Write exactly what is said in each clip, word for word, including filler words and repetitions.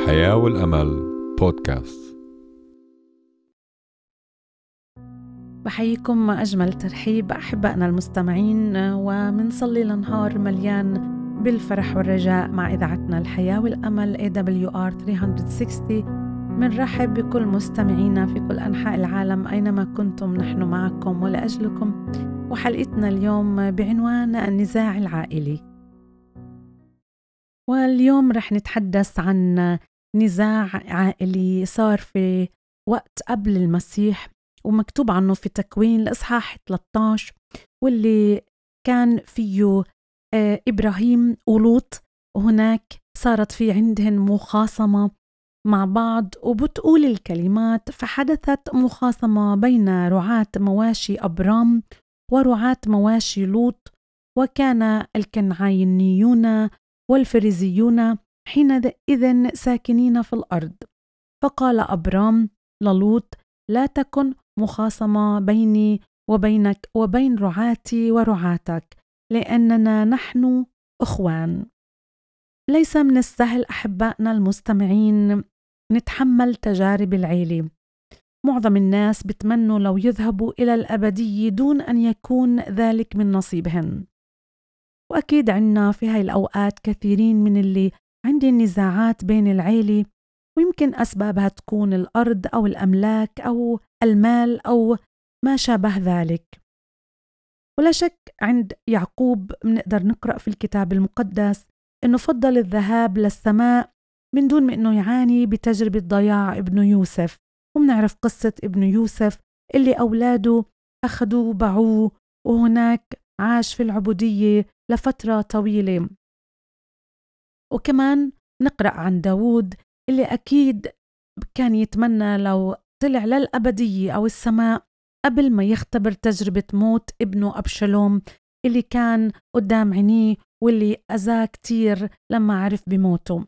الحياة والأمل بودكاست. بحييكم أجمل ترحيب أحبائنا المستمعين، ومنصلي لنهار مليان بالفرح والرجاء مع إذاعتنا الحياة والأمل إيه دبليو آر ثلاثمية وستين. منرحب بكل مستمعينا في كل أنحاء العالم أينما كنتم، نحن معكم ولأجلكم. وحلقتنا اليوم بعنوان النزاع العائلي، واليوم رح نتحدث عن نزاع عائلي صار في وقت قبل المسيح، ومكتوب عنه في تكوين الإصحاح ثلاثة عشر، واللي كان فيه آه إبراهيم ولوط، وهناك صارت في عندهن مخاصمة مع بعض. وبتقول الكلمات: فحدثت مخاصمة بين رعاة مواشي أبرام ورعاة مواشي لوط، وكان الكنعانيون والفريزيون حينئذ ساكنين في الأرض. فقال أبرام للوط: لا تكن مخاصمة بيني وبينك وبين رعاتي ورعاتك، لأننا نحن أخوان. ليس من السهل أحبائنا المستمعين نتحمل تجارب العيلة. معظم الناس بتمنوا لو يذهبوا إلى الأبدية دون أن يكون ذلك من نصيبهن. وأكيد عنا في هاي الأوقات كثيرين من اللي عندهم نزاعات بين العيلة، ويمكن أسبابها تكون الأرض أو الأملاك أو المال أو ما شابه ذلك. ولا شك عند يعقوب منقدر نقرأ في الكتاب المقدس إنه فضل الذهاب للسماء من دون ما إنه يعاني بتجربة ضياع ابنه يوسف. ومنعرف قصة ابن يوسف اللي أولاده أخذوه وباعوه، وهناك عاش في العبودية لفترة طويلة. وكمان نقرأ عن داود اللي أكيد كان يتمنى لو طلع للأبدية أو السماء قبل ما يختبر تجربة موت ابنه أبشالوم اللي كان قدام عينيه، واللي أذاه كتير لما عرف بموته.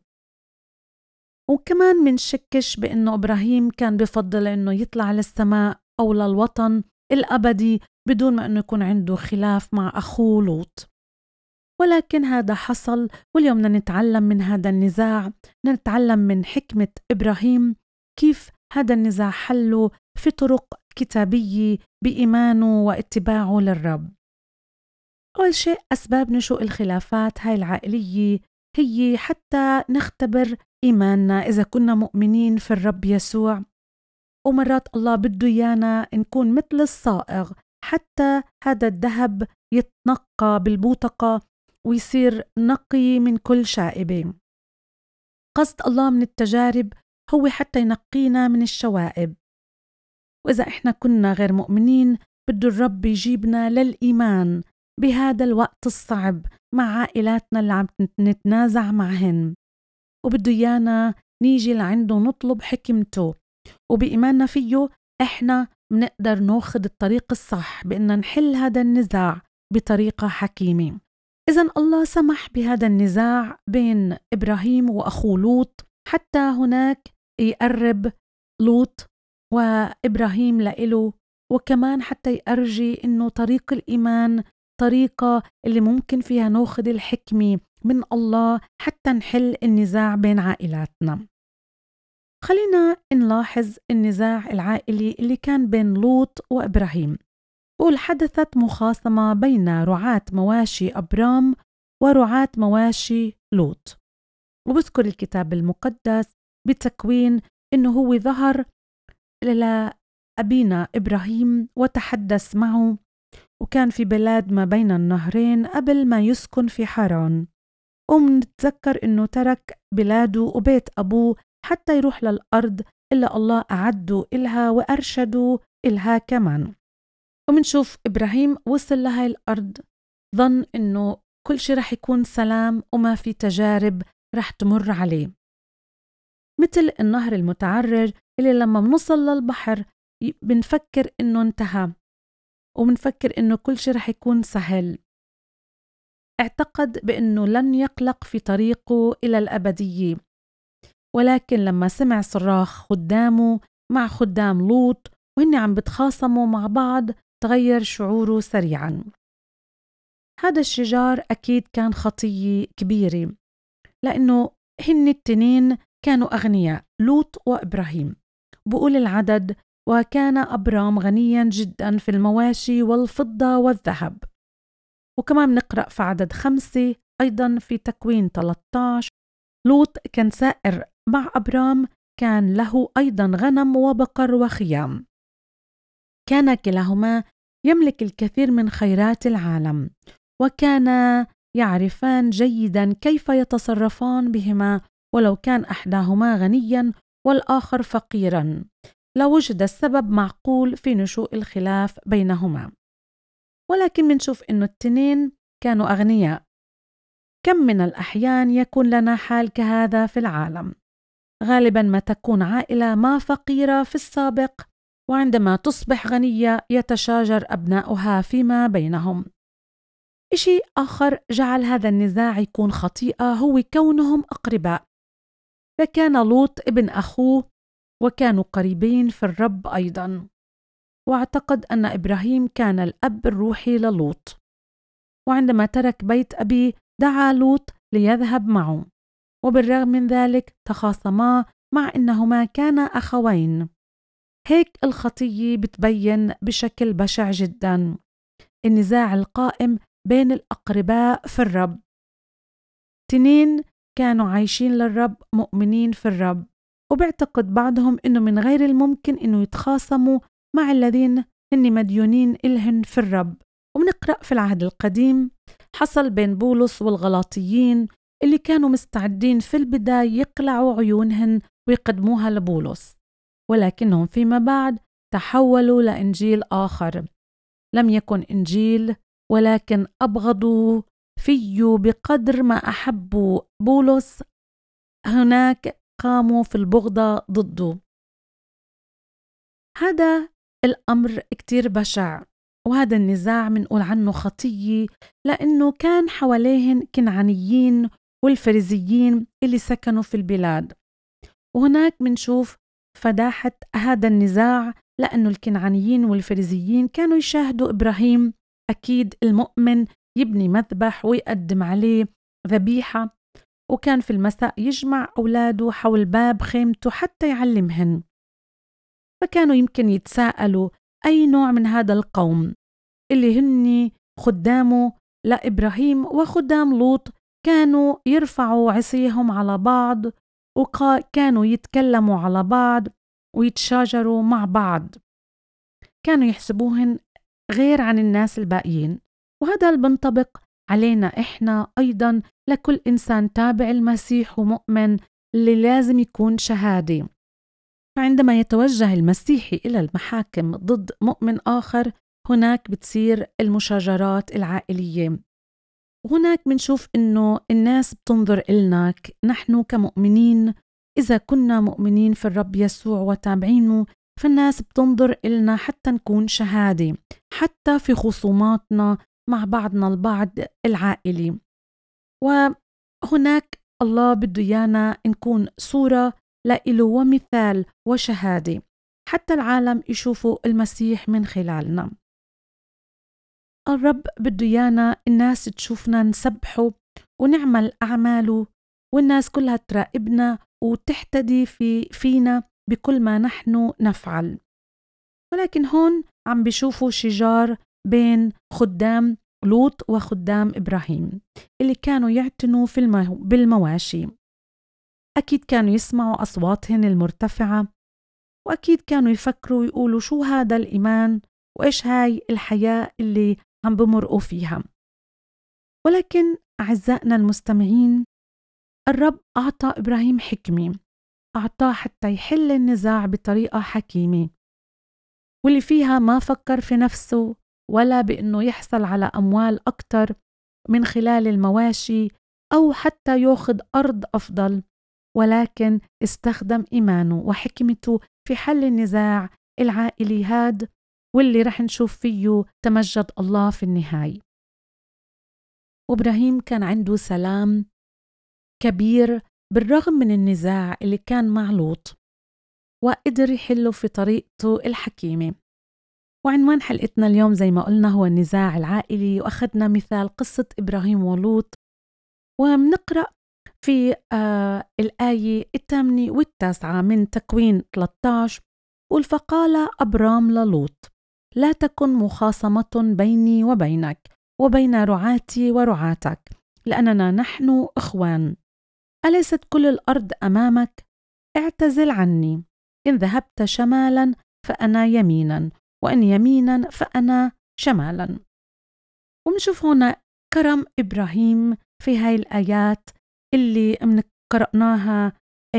وكمان منشكش بأنه إبراهيم كان بفضل أنه يطلع للسماء أو للوطن الأبدي بدون ما أنه يكون عنده خلاف مع أخوه لوط. ولكن هذا حصل، واليوم بدنا نتعلم من هذا النزاع، نتعلم من حكمة إبراهيم كيف هذا النزاع حله في طرق كتابية بإيمانه واتباعه للرب. أول شيء أسباب نشوء الخلافات هاي العائلية هي حتى نختبر إيماننا إذا كنا مؤمنين في الرب يسوع. ومرات الله بده إيانا نكون مثل الصائغ حتى هذا الذهب يتنقى بالبوتقة ويصير نقي من كل شائبة. قصد الله من التجارب هو حتى ينقينا من الشوائب. وإذا إحنا كنا غير مؤمنين بده الرب يجيبنا للإيمان بهذا الوقت الصعب مع عائلاتنا اللي عم نتنازع معهن، وبده إيانا نيجي لعنده نطلب حكمته. وبإيماننا فيه إحنا منقدر ناخد الطريق الصح بأننا نحل هذا النزاع بطريقة حكيمة. إذن الله سمح بهذا النزاع بين إبراهيم وأخوه لوط حتى هناك يقرب لوط وإبراهيم لإله، وكمان حتى يأرجي إنه طريق الإيمان طريقة اللي ممكن فيها ناخد الحكمة من الله حتى نحل النزاع بين عائلاتنا. خلينا نلاحظ النزاع العائلي اللي كان بين لوط وإبراهيم. بقول: حدثت مخاصمة بين رعاة مواشي أبرام ورعاة مواشي لوط. وبذكر الكتاب المقدس بتكوين إنه هو ظهر لأبينا إبراهيم وتحدث معه، وكان في بلاد ما بين النهرين قبل ما يسكن في حران. ومنتذكر إنه ترك بلاده وبيت أبوه حتى يروح للأرض إلا الله أعده إلها وأرشده إلها كمان. ومنشوف إبراهيم وصل لهاي الأرض ظن إنه كل شيء رح يكون سلام وما في تجارب رح تمر عليه، مثل النهر المتعرج اللي لما منوصل للبحر بنفكر إنه انتهى ومنفكر إنه كل شيء رح يكون سهل. اعتقد بأنه لن يقلق في طريقه إلى الأبدية، ولكن لما سمع صراخ خدامه مع خدام لوط وهن عم بتخاصموا مع بعض تغير شعوره سريعا. هذا الشجار أكيد كان خطية كبيرة، لأنه هن التنين كانوا أغنياء، لوط وإبراهيم. بقول العدد: وكان أبرام غنيا جدا في المواشي والفضة والذهب. وكمان نقرأ في عدد خمسة أيضا في تكوين ثلاثة عشر: لوط كان سائر مع أبرام، كان له أيضا غنم وبقر وخيام. كان كلاهما يملك الكثير من خيرات العالم، وكانا يعرفان جيدا كيف يتصرفان بهما، ولو كان أحداهما غنيا والآخر فقيرا لوجد السبب معقول في نشوء الخلاف بينهما. ولكن منشوف إنه التنين كانوا أغنياء. كم من الأحيان يكون لنا حال كهذا في العالم؟ غالبا ما تكون عائلة ما فقيرة في السابق، وعندما تصبح غنية يتشاجر أبناؤها فيما بينهم. إشي آخر جعل هذا النزاع يكون خطيئة هو كونهم أقرباء. فكان لوط ابن أخوه، وكانوا قريبين في الرب أيضا. واعتقد أن إبراهيم كان الأب الروحي للوط، وعندما ترك بيت أبيه دعا لوط ليذهب معه، وبالرغم من ذلك تخاصما مع أنهما كانا أخوين. هيك الخطية بتبين بشكل بشع جدا النزاع القائم بين الأقرباء في الرب. تنين كانوا عايشين للرب، مؤمنين في الرب، وبيعتقد بعضهم أنه من غير الممكن أنه يتخاصموا مع الذين هن مديونين إلهن في الرب. ومنقرأ في العهد القديم حصل بين بولس والغلاطيين اللي كانوا مستعدين في البداية يقلعوا عيونهن ويقدموها لبولس، ولكنهم فيما بعد تحولوا لإنجيل آخر لم يكن إنجيل، ولكن أبغضوا فيه بقدر ما أحبوا بولس. هناك قاموا في البغضة ضده. هذا الأمر كتير بشع، وهذا النزاع منقول عنه خطية، لأنه كان حواليهن كنعانيين والفريزيين اللي سكنوا في البلاد. وهناك منشوف فداحة هذا النزاع، لأنه الكنعانيين والفريزيين كانوا يشاهدوا إبراهيم أكيد المؤمن يبني مذبح ويقدم عليه ذبيحة، وكان في المساء يجمع أولاده حول باب خيمته حتى يعلمهن. فكانوا يمكن يتساءلوا أي نوع من هذا القوم اللي هن خدامه لإبراهيم وخدام لوط كانوا يرفعوا عصيهم على بعض، وكانوا يتكلموا على بعض ويتشاجروا مع بعض. كانوا يحسبوهن غير عن الناس الباقيين. وهذا اللي بنطبق علينا إحنا أيضا، لكل إنسان تابع المسيح ومؤمن اللي لازم يكون شهادي. فعندما يتوجه المسيحي إلى المحاكم ضد مؤمن آخر، هناك بتصير المشاجرات العائلية. وهناك منشوف إنه الناس بتنظر إلنا نحن كمؤمنين، إذا كنا مؤمنين في الرب يسوع وتابعينه، فالناس بتنظر إلنا حتى نكون شهادة، حتى في خصوماتنا مع بعضنا البعض العائلي. وهناك الله بده يانا نكون صورة لإله ومثال وشهادة، حتى العالم يشوفوا المسيح من خلالنا. الرب بده يانا الناس تشوفنا نسبحه ونعمل أعماله، والناس كلها تراقبنا وتحتدي في فينا بكل ما نحن نفعل. ولكن هون عم بيشوفوا شجار بين خدام لوط وخدام إبراهيم اللي كانوا يعتنوا في المو... بالمواشي. أكيد كانوا يسمعوا أصواتهن المرتفعة، وأكيد كانوا يفكروا ويقولوا شو هذا الإيمان وإيش هاي الحياة اللي عم بمرقوا فيها. ولكن أعزائنا المستمعين، الرب أعطى إبراهيم حكمة، أعطاه حتى يحل النزاع بطريقة حكيمة، واللي فيها ما فكر في نفسه ولا بأنه يحصل على أموال أكتر من خلال المواشي أو حتى يأخذ أرض أفضل، ولكن استخدم إيمانه وحكمته في حل النزاع العائلي هاد، واللي رح نشوف فيه تمجد الله في النهاية. وإبراهيم كان عنده سلام كبير بالرغم من النزاع اللي كان مع لوط، وقدر يحله في طريقته الحكيمة. وعنوان حلقتنا اليوم زي ما قلنا هو النزاع العائلي، وأخذنا مثال قصة إبراهيم ولوط، ومنقرأ في آه الآية الثامنة والتاسعة من تكوين ثلاثة عشر قل فقال أبرام للوط لا تكن مخاصمة بيني وبينك وبين رعاتي ورعاتك لأننا نحن إخوان. أليست كل الأرض أمامك؟ اعتزل عني، إن ذهبت شمالا فأنا يمينا، وإن يمينا فأنا شمالا. ونشوف هنا كرم إبراهيم في هاي الآيات اللي من قرأناها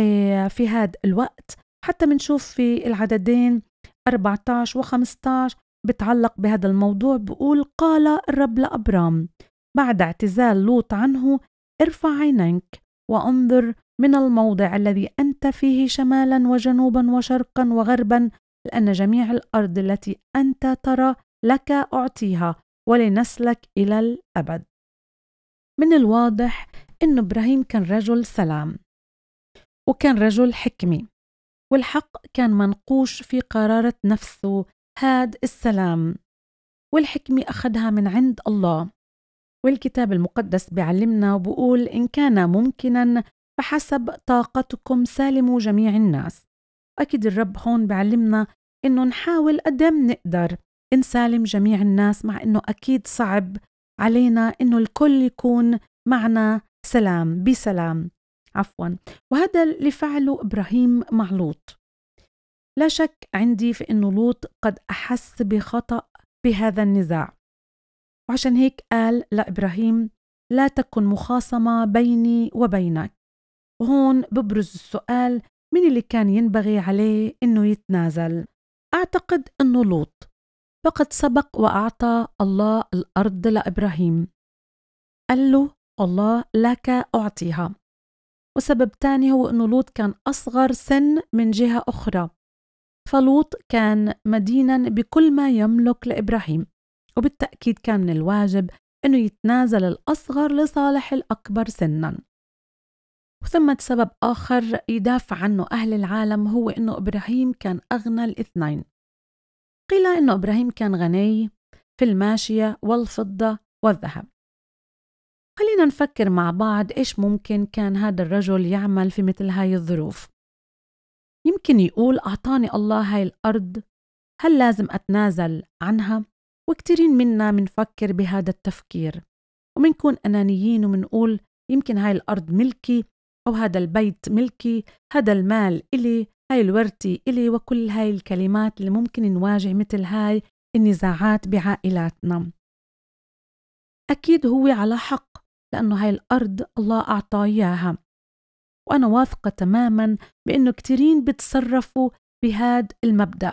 في هذا الوقت، حتى منشوف في العددين أربعة عشر وخمسة عشر بتعلق بهذا الموضوع. بقول قال الرب لأبرام بعد اعتزال لوط عنه ارفع عينيك وانظر من الموضع الذي أنت فيه شمالا وجنوبا وشرقا وغربا، لأن جميع الأرض التي أنت ترى لك أعطيها ولنسلك إلى الأبد. من الواضح إن إبراهيم كان رجل سلام وكان رجل حكمي، والحق كان منقوش في قرارة نفسه. هاد السلام والحكمة أخذها من عند الله، والكتاب المقدس بيعلمنا وبقول إن كان ممكنا فحسب طاقتكم سالموا جميع الناس. أكيد الرب هون بيعلمنا إنه نحاول قدام نقدر نسالم جميع الناس، مع إنه أكيد صعب علينا إنه الكل يكون معنا سلام بسلام عفوا. وهذا اللي فعله إبراهيم مع لوط. لا شك عندي في إنه لوط قد أحس بخطأ بهذا النزاع، وعشان هيك قال لإبراهيم لا تكن مخاصمة بيني وبينك. وهون ببرز السؤال من اللي كان ينبغي عليه إنه يتنازل. أعتقد إنه لوط، فقد سبق وأعطى الله الأرض لإبراهيم، قال له الله لك أعطيها. وسبب تاني هو إنه لوط كان أصغر سن من جهة أخرى، فلوط كان مدينا بكل ما يملك لإبراهيم، وبالتأكيد كان من الواجب إنه يتنازل الأصغر لصالح الأكبر سنا. وثم سبب آخر يدافع عنه أهل العالم هو إنه إبراهيم كان أغنى الاثنين. قيل إنه إبراهيم كان غني في الماشية والفضة والذهب. خلينا نفكر مع بعض إيش ممكن كان هذا الرجل يعمل في مثل هاي الظروف. يمكن يقول أعطاني الله هاي الأرض، هل لازم أتنازل عنها؟ وكتيرين منا منفكر بهذا التفكير، ومنكون أنانيين ومنقول يمكن هاي الأرض ملكي، أو هذا البيت ملكي، هذا المال إلي، هاي الورثة إلي، وكل هاي الكلمات اللي ممكن نواجه مثل هاي النزاعات بعائلاتنا. أكيد هو على حق، لأنه هاي الأرض الله أعطاه إياها، وأنا واثقة تماما بأنه كتيرين بتصرفوا بهذا المبدأ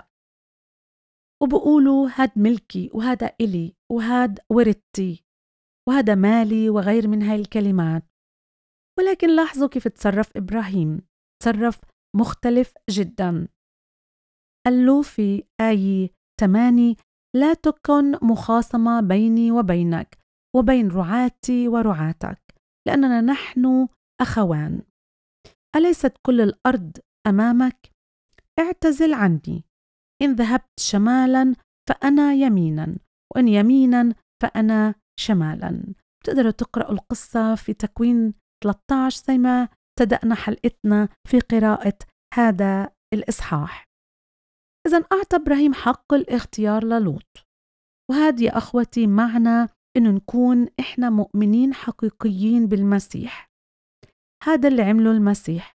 وبقولوا هاد ملكي وهذا إلي وهاد ورثتي وهذا مالي وغير من هاي الكلمات. ولكن لاحظوا كيف تصرف إبراهيم، تصرف مختلف جدا. قال له في آية ثمانية لا تكن مخاصمة بيني وبينك وبين رعاتي ورعاتك لأننا نحن أخوان. أليست كل الأرض أمامك؟ اعتزل عني، إن ذهبت شمالا فأنا يمينا، وإن يمينا فأنا شمالا. بتقدروا تقرأوا القصة في تكوين ثلاثة عشر زي ما ابتدأنا حلقتنا في قراءة هذا الإصحاح. إذن أعطى إبراهيم حق الاختيار للوط، وهذه يا أخوتي معنى إنه نكون إحنا مؤمنين حقيقيين بالمسيح. هذا اللي عمله المسيح.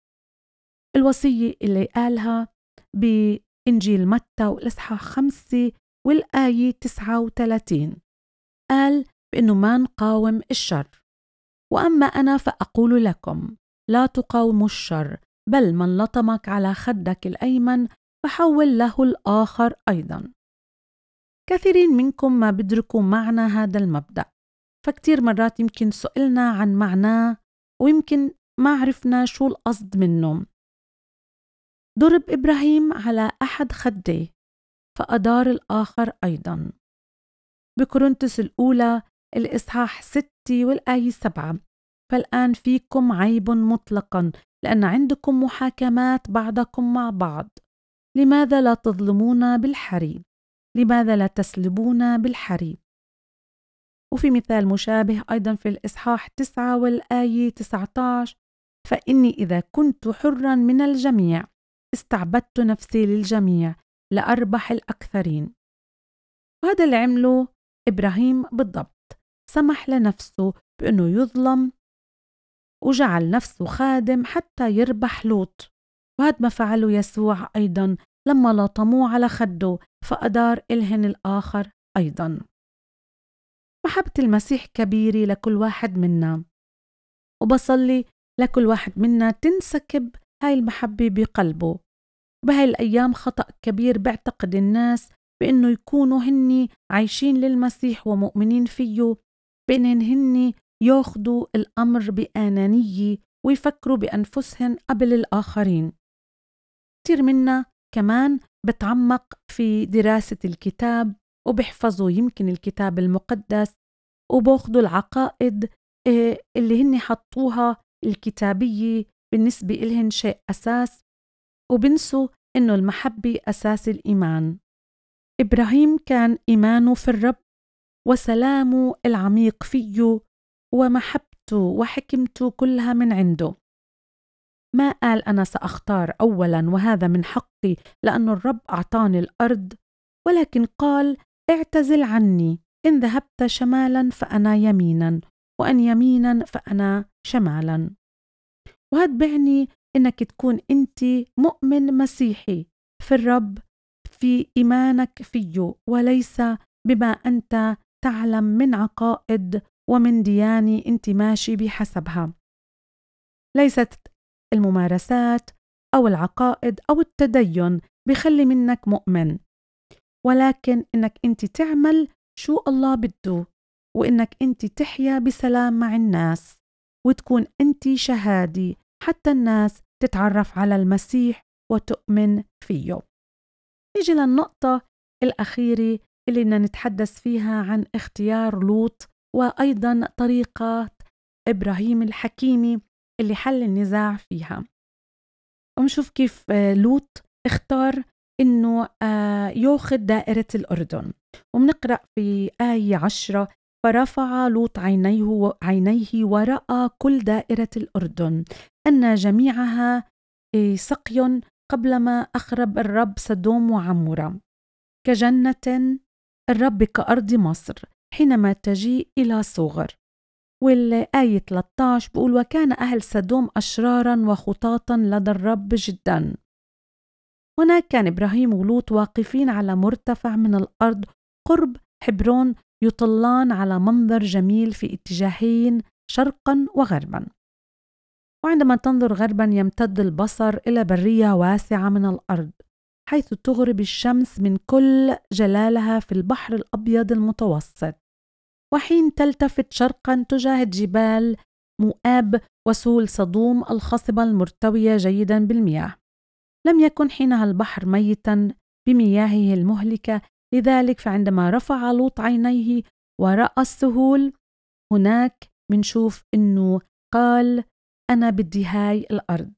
الوصية اللي قالها بإنجيل متى والإصحاح خمسة والآية تسعة وثلاثين قال بأنه ما نقاوم الشر. وأما أنا فأقول لكم لا تقاوموا الشر، بل من لطمك على خدك الأيمن فحول له الآخر أيضا. كثيرين منكم ما بدركوا معنى هذا المبدأ، فكتير مرات يمكن سئلنا عن معناه ويمكن ما عرفنا شو القصد منه. ضرب إبراهيم على أحد خديه فأدار الآخر أيضا. بكورنثوس الأولى الإصحاح ستة والآية سبعة فالآن فيكم عيب مطلقا لأن عندكم محاكمات بعضكم مع بعض. لماذا لا تظلمون بالحري؟ لماذا لا تسلبون بالحري؟ وفي مثال مشابه أيضا في الإصحاح تسعة والآية تسعة عشر: فإني إذا كنت حرا من الجميع استعبدت نفسي للجميع لأربح الأكثرين. وهذا اللي عمله إبراهيم بالضبط، سمح لنفسه بأنه يظلم وجعل نفسه خادم حتى يربح لوط. وهذا ما فعله يسوع أيضا لما لطموه على خده فأدار إلهن الآخر أيضا. محبة المسيح كبيرة لكل واحد منا، وبصلي لكل واحد منا تنسكب هاي المحبة بقلبه. بهاي الأيام خطأ كبير بعتقد الناس بأنه يكونوا هني عايشين للمسيح ومؤمنين فيه، بأنهم هني ياخدوا الأمر بأنانية ويفكروا بأنفسهم قبل الآخرين. كتير منا كمان بتعمق في دراسة الكتاب وبيحفظوا يمكن الكتاب المقدس وباخدوا العقائد اللي هن حطوها الكتابية بالنسبة إلهن شيء أساس، وبنسوا إنه المحبة أساس الإيمان. إبراهيم كان إيمانه في الرب وسلامه العميق فيه ومحبته وحكمته كلها من عنده. ما قال أنا سأختار أولا وهذا من حقي لأن الرب أعطاني الأرض، ولكن قال اعتزل عني، إن ذهبت شمالا فأنا يمينا وأن يمينا فأنا شمالا. وهذا بعني إنك تكون أنت مؤمن مسيحي في الرب في إيمانك فيه، وليس بما أنت تعلم من عقائد ومن ديانة أنت ماشي بحسبها. ليست الممارسات أو العقائد أو التدين بيخلي منك مؤمن، ولكن إنك أنت تعمل شو الله بده، وإنك أنت تحيا بسلام مع الناس وتكون أنت شهادي حتى الناس تتعرف على المسيح وتؤمن فيه. نيجي للنقطة الأخيرة اللي بدنا نتحدث فيها عن اختيار لوط وأيضا طريقة إبراهيم الحكيمة اللي حل النزاع فيها. ونشوف كيف لوط اختار إنه يأخذ دائرة الأردن. ومنقرأ في آية عشرة: فرفع لوط عينيه عينيه ورأى كل دائرة الأردن أن جميعها سقي قبلما أخرب الرب سدوم وعمورة، كجنة الرب كأرض مصر حينما تجيء إلى صغر. والآية ثلاثة عشر بقول: وكان أهل سدوم أشرارا وخطاطا لدى الرب جدا. هناك كان إبراهيم ولوط واقفين على مرتفع من الأرض قرب حبرون يطلان على منظر جميل في اتجاهين شرقا وغربا. وعندما تنظر غربا يمتد البصر إلى برية واسعة من الأرض حيث تغرب الشمس من كل جلالها في البحر الأبيض المتوسط، وحين تلتفت شرقا تجاهد جبال مؤاب وسهول صدوم الخصبة المرتوية جيدا بالمياه. لم يكن حينها البحر ميتا بمياهه المهلكة، لذلك فعندما رفع لوط عينيه ورأى السهول هناك منشوف إنه قال أنا بدي هاي الأرض.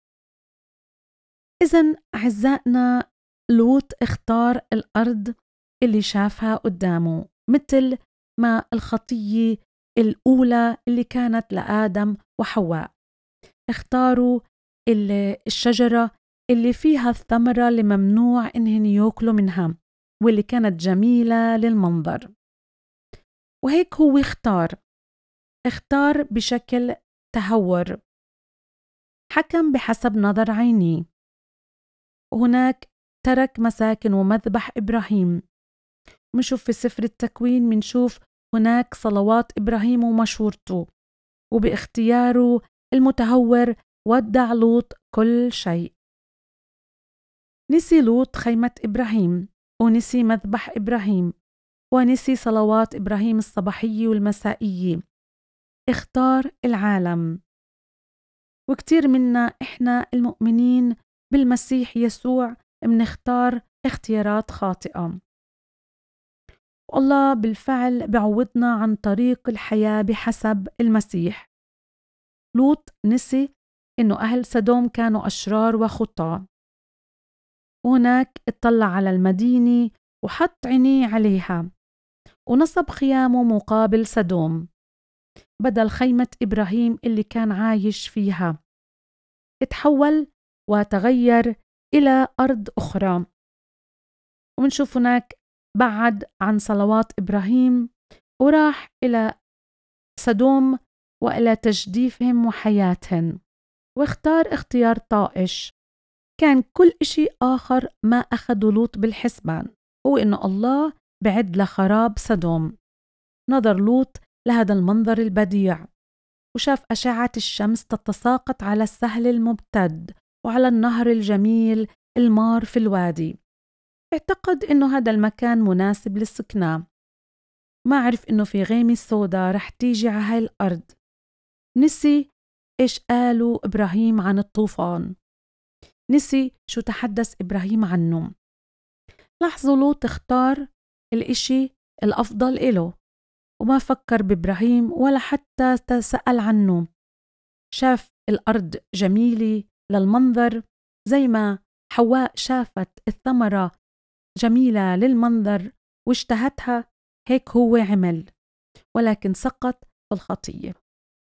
إذن أعزائنا لوط اختار الأرض اللي شافها قدامه، مثل ما الخطية الأولى اللي كانت لآدم وحواء اختاروا الشجرة اللي فيها الثمرة اللي ممنوع إنهن يأكلوا منها واللي كانت جميلة للمنظر. وهيك هو اختار اختار بشكل تهور، حكم بحسب نظر عينيه. وهناك ترك مساكن ومذبح إبراهيم. منشوف في سفر التكوين منشوف هناك صلوات إبراهيم ومشورته، وباختياره المتهور ودع لوط كل شيء. نسي لوط خيمة إبراهيم، ونسي مذبح إبراهيم، ونسي صلوات إبراهيم الصباحية والمسائية. اختار العالم. وكتير منا إحنا المؤمنين بالمسيح يسوع منختار اختيارات خاطئة، والله بالفعل بعوضنا عن طريق الحياة بحسب المسيح. لوط نسي إنه أهل سدوم كانوا أشرار وخطاة، وهناك اطلع على المدينة وحط عينيه عليها ونصب خيامه مقابل سدوم بدل خيمة إبراهيم اللي كان عايش فيها. اتحول وتغير إلى أرض أخرى. ومنشوف هناك بعد عن صلوات إبراهيم وراح إلى سدوم وإلى تجديفهم وحياتهم، واختار اختيار طائش. كان كل إشي آخر ما أخذوا لوط بالحسبان، هو إنه الله بعد لخراب سدوم. نظر لوط لهذا المنظر البديع وشاف أشعة الشمس تتساقط على السهل الممتد وعلى النهر الجميل المار في الوادي. اعتقد إنه هذا المكان مناسب للسكنة. ما عرف إنه في غيمة سوداء رح تيجي على هاي الأرض. نسي إيش قالوا إبراهيم عن الطوفان، نسي شو تحدث إبراهيم عنه. لاحظوا لوط اختار الإشي الأفضل إله وما فكر بإبراهيم ولا حتى تسأل عنه. شاف الأرض جميلة للمنظر زي ما حواء شافت الثمرة جميلة للمنظر واشتهتها، هيك هو عمل، ولكن سقط في الخطية.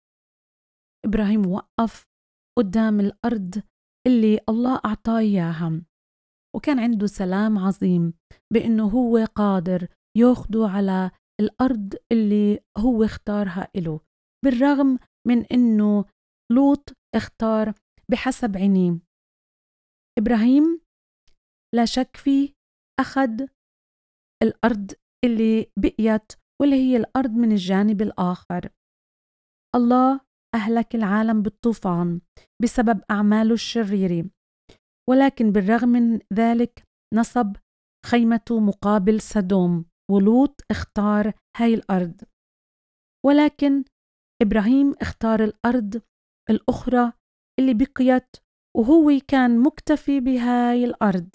إبراهيم وقف قدام الأرض اللي الله أعطاه إياها، وكان عنده سلام عظيم بأنه هو قادر ياخده على الأرض اللي هو اختارها إله، بالرغم من أنه لوط اختار بحسب عينيه. إبراهيم لا شك فيه أخذ الأرض اللي بقيت واللي هي الأرض من الجانب الآخر. الله أهلك العالم بالطوفان بسبب أعماله الشريرة، ولكن بالرغم من ذلك نصب خيمته مقابل سدوم، ولوط اختار هاي الأرض. ولكن إبراهيم اختار الأرض الأخرى اللي بقيت، وهو كان مكتفي بهاي الأرض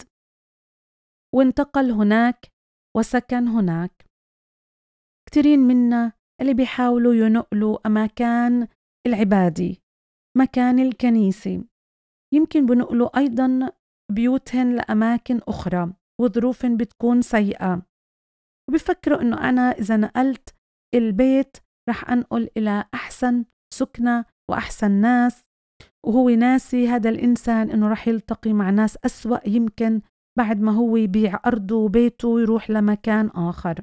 وانتقل هناك وسكن هناك. كتيرين منا اللي بيحاولوا ينقلوا أماكن العبادة، مكان الكنيسة، يمكن بنقلوا أيضا بيوتهن لأماكن أخرى وظروف بتكون سيئة، وبفكروا إنه أنا إذا نقلت البيت رح أنقل إلى أحسن سكنة وأحسن ناس، وهو ناسي هذا الإنسان إنه رح يلتقي مع ناس أسوأ يمكن بعد ما هو يبيع أرضه وبيته ويروح لمكان آخر.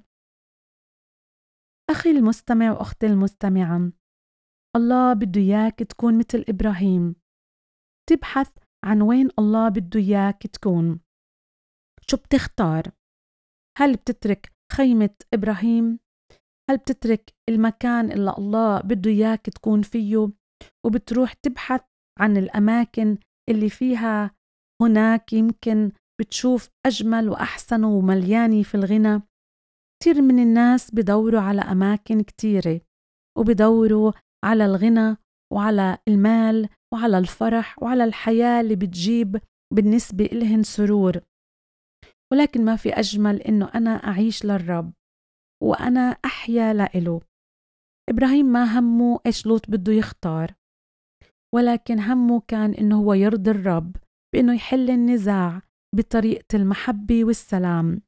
أخي المستمع وأختي المستمعة، الله بده إياك تكون مثل إبراهيم، تبحث عن وين الله بده إياك تكون. شو بتختار؟ هل بتترك خيمة إبراهيم؟ هل بتترك المكان اللي الله بده إياك تكون فيه وبتروح تبحث عن الأماكن اللي فيها هناك يمكن بتشوف أجمل وأحسن ومليانة في الغنى؟ كتير من الناس بدوروا على أماكن كتيرة وبدوروا على الغنى وعلى المال وعلى الفرح وعلى الحياة اللي بتجيب بالنسبة إلهن سرور، ولكن ما في أجمل إنه أنا أعيش للرب وأنا أحيا لإله. إبراهيم ما همه إيش لوط بده يختار، ولكن همه كان إنه هو يرضي الرب بإنه يحل النزاع بطريقة المحبة والسلام.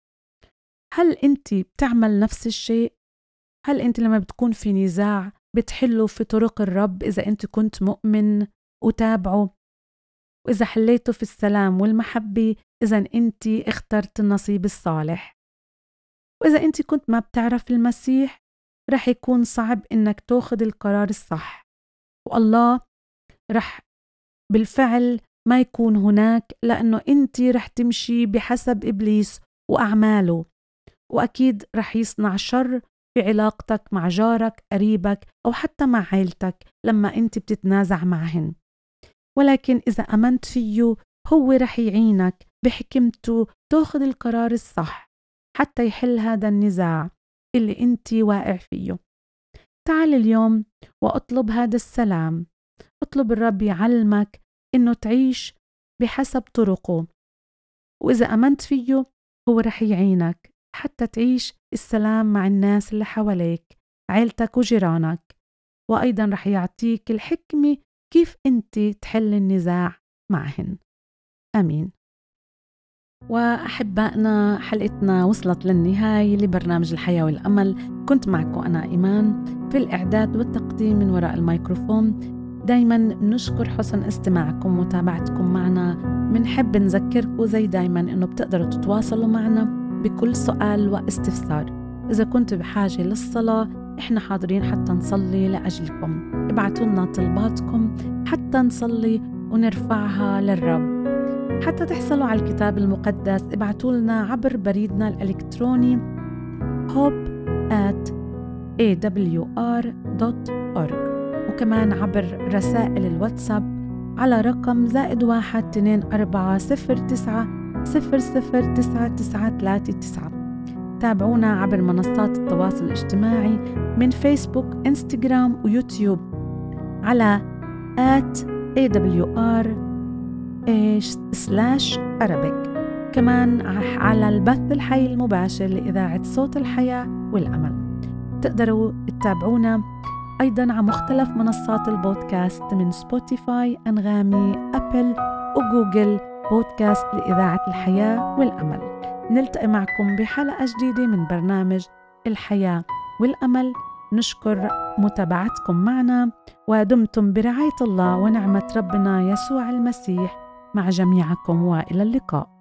هل أنت بتعمل نفس الشيء؟ هل أنت لما بتكون في نزاع بتحله في طرق الرب إذا أنت كنت مؤمن وتابعه، وإذا حليته في السلام والمحبة إذا أنت اخترت النصيب الصالح؟ وإذا أنت كنت ما بتعرف المسيح رح يكون صعب إنك تاخذ القرار الصح، والله رح بالفعل ما يكون هناك، لأنه أنت رح تمشي بحسب إبليس وأعماله، وأكيد رح يصنع شر في علاقتك مع جارك قريبك أو حتى مع عائلتك لما أنت بتتنازع معهن. ولكن إذا أمنت فيه هو رح يعينك بحكمته تاخذ القرار الصح حتى يحل هذا النزاع اللي أنت واقع فيه. تعال اليوم وأطلب هذا السلام، اطلب الرب يعلمك إنه تعيش بحسب طرقه، وإذا أمنت فيه هو رح يعينك حتى تعيش السلام مع الناس اللي حواليك، عيلتك وجيرانك، وأيضا رح يعطيك الحكمة كيف أنت تحل النزاع معهن. آمين. وأحبائنا، حلقتنا وصلت للنهاية لبرنامج الحياة والأمل. كنت معكم أنا إيمان في الإعداد والتقديم من وراء الميكروفون. دايما نشكر حسن استماعكم ومتابعتكم معنا. منحب نذكركم زي دايما إنه بتقدروا تتواصلوا معنا بكل سؤال واستفسار. إذا كنت بحاجة للصلاة إحنا حاضرين حتى نصلي لأجلكم. ابعتوا لنا طلباتكم حتى نصلي ونرفعها للرب. حتى تحصلوا على الكتاب المقدس ابعتوا لنا عبر بريدنا الإلكتروني hope at a w r dot org، وكمان عبر رسائل الواتساب على رقم زائد واحد اثنين أربعة صفر تسعة صفر صفر تسعة تسعة ثلاثة تسعة. تابعونا عبر منصات التواصل الاجتماعي من فيسبوك، إنستغرام ويوتيوب على at awr سلاش Arabic. كمان على البث الحي المباشر لإذاعة صوت الحياة والأمل. تقدروا تتابعونا أيضاً على مختلف منصات البودكاست من سبوتيفاي، أنغامي، أبل وجوجل بودكاست لإذاعة الحياة والأمل. نلتقي معكم بحلقة جديدة من برنامج الحياة والأمل. نشكر متابعتكم معنا، ودمتم برعاية الله ونعمة ربنا يسوع المسيح مع جميعكم، وإلى اللقاء.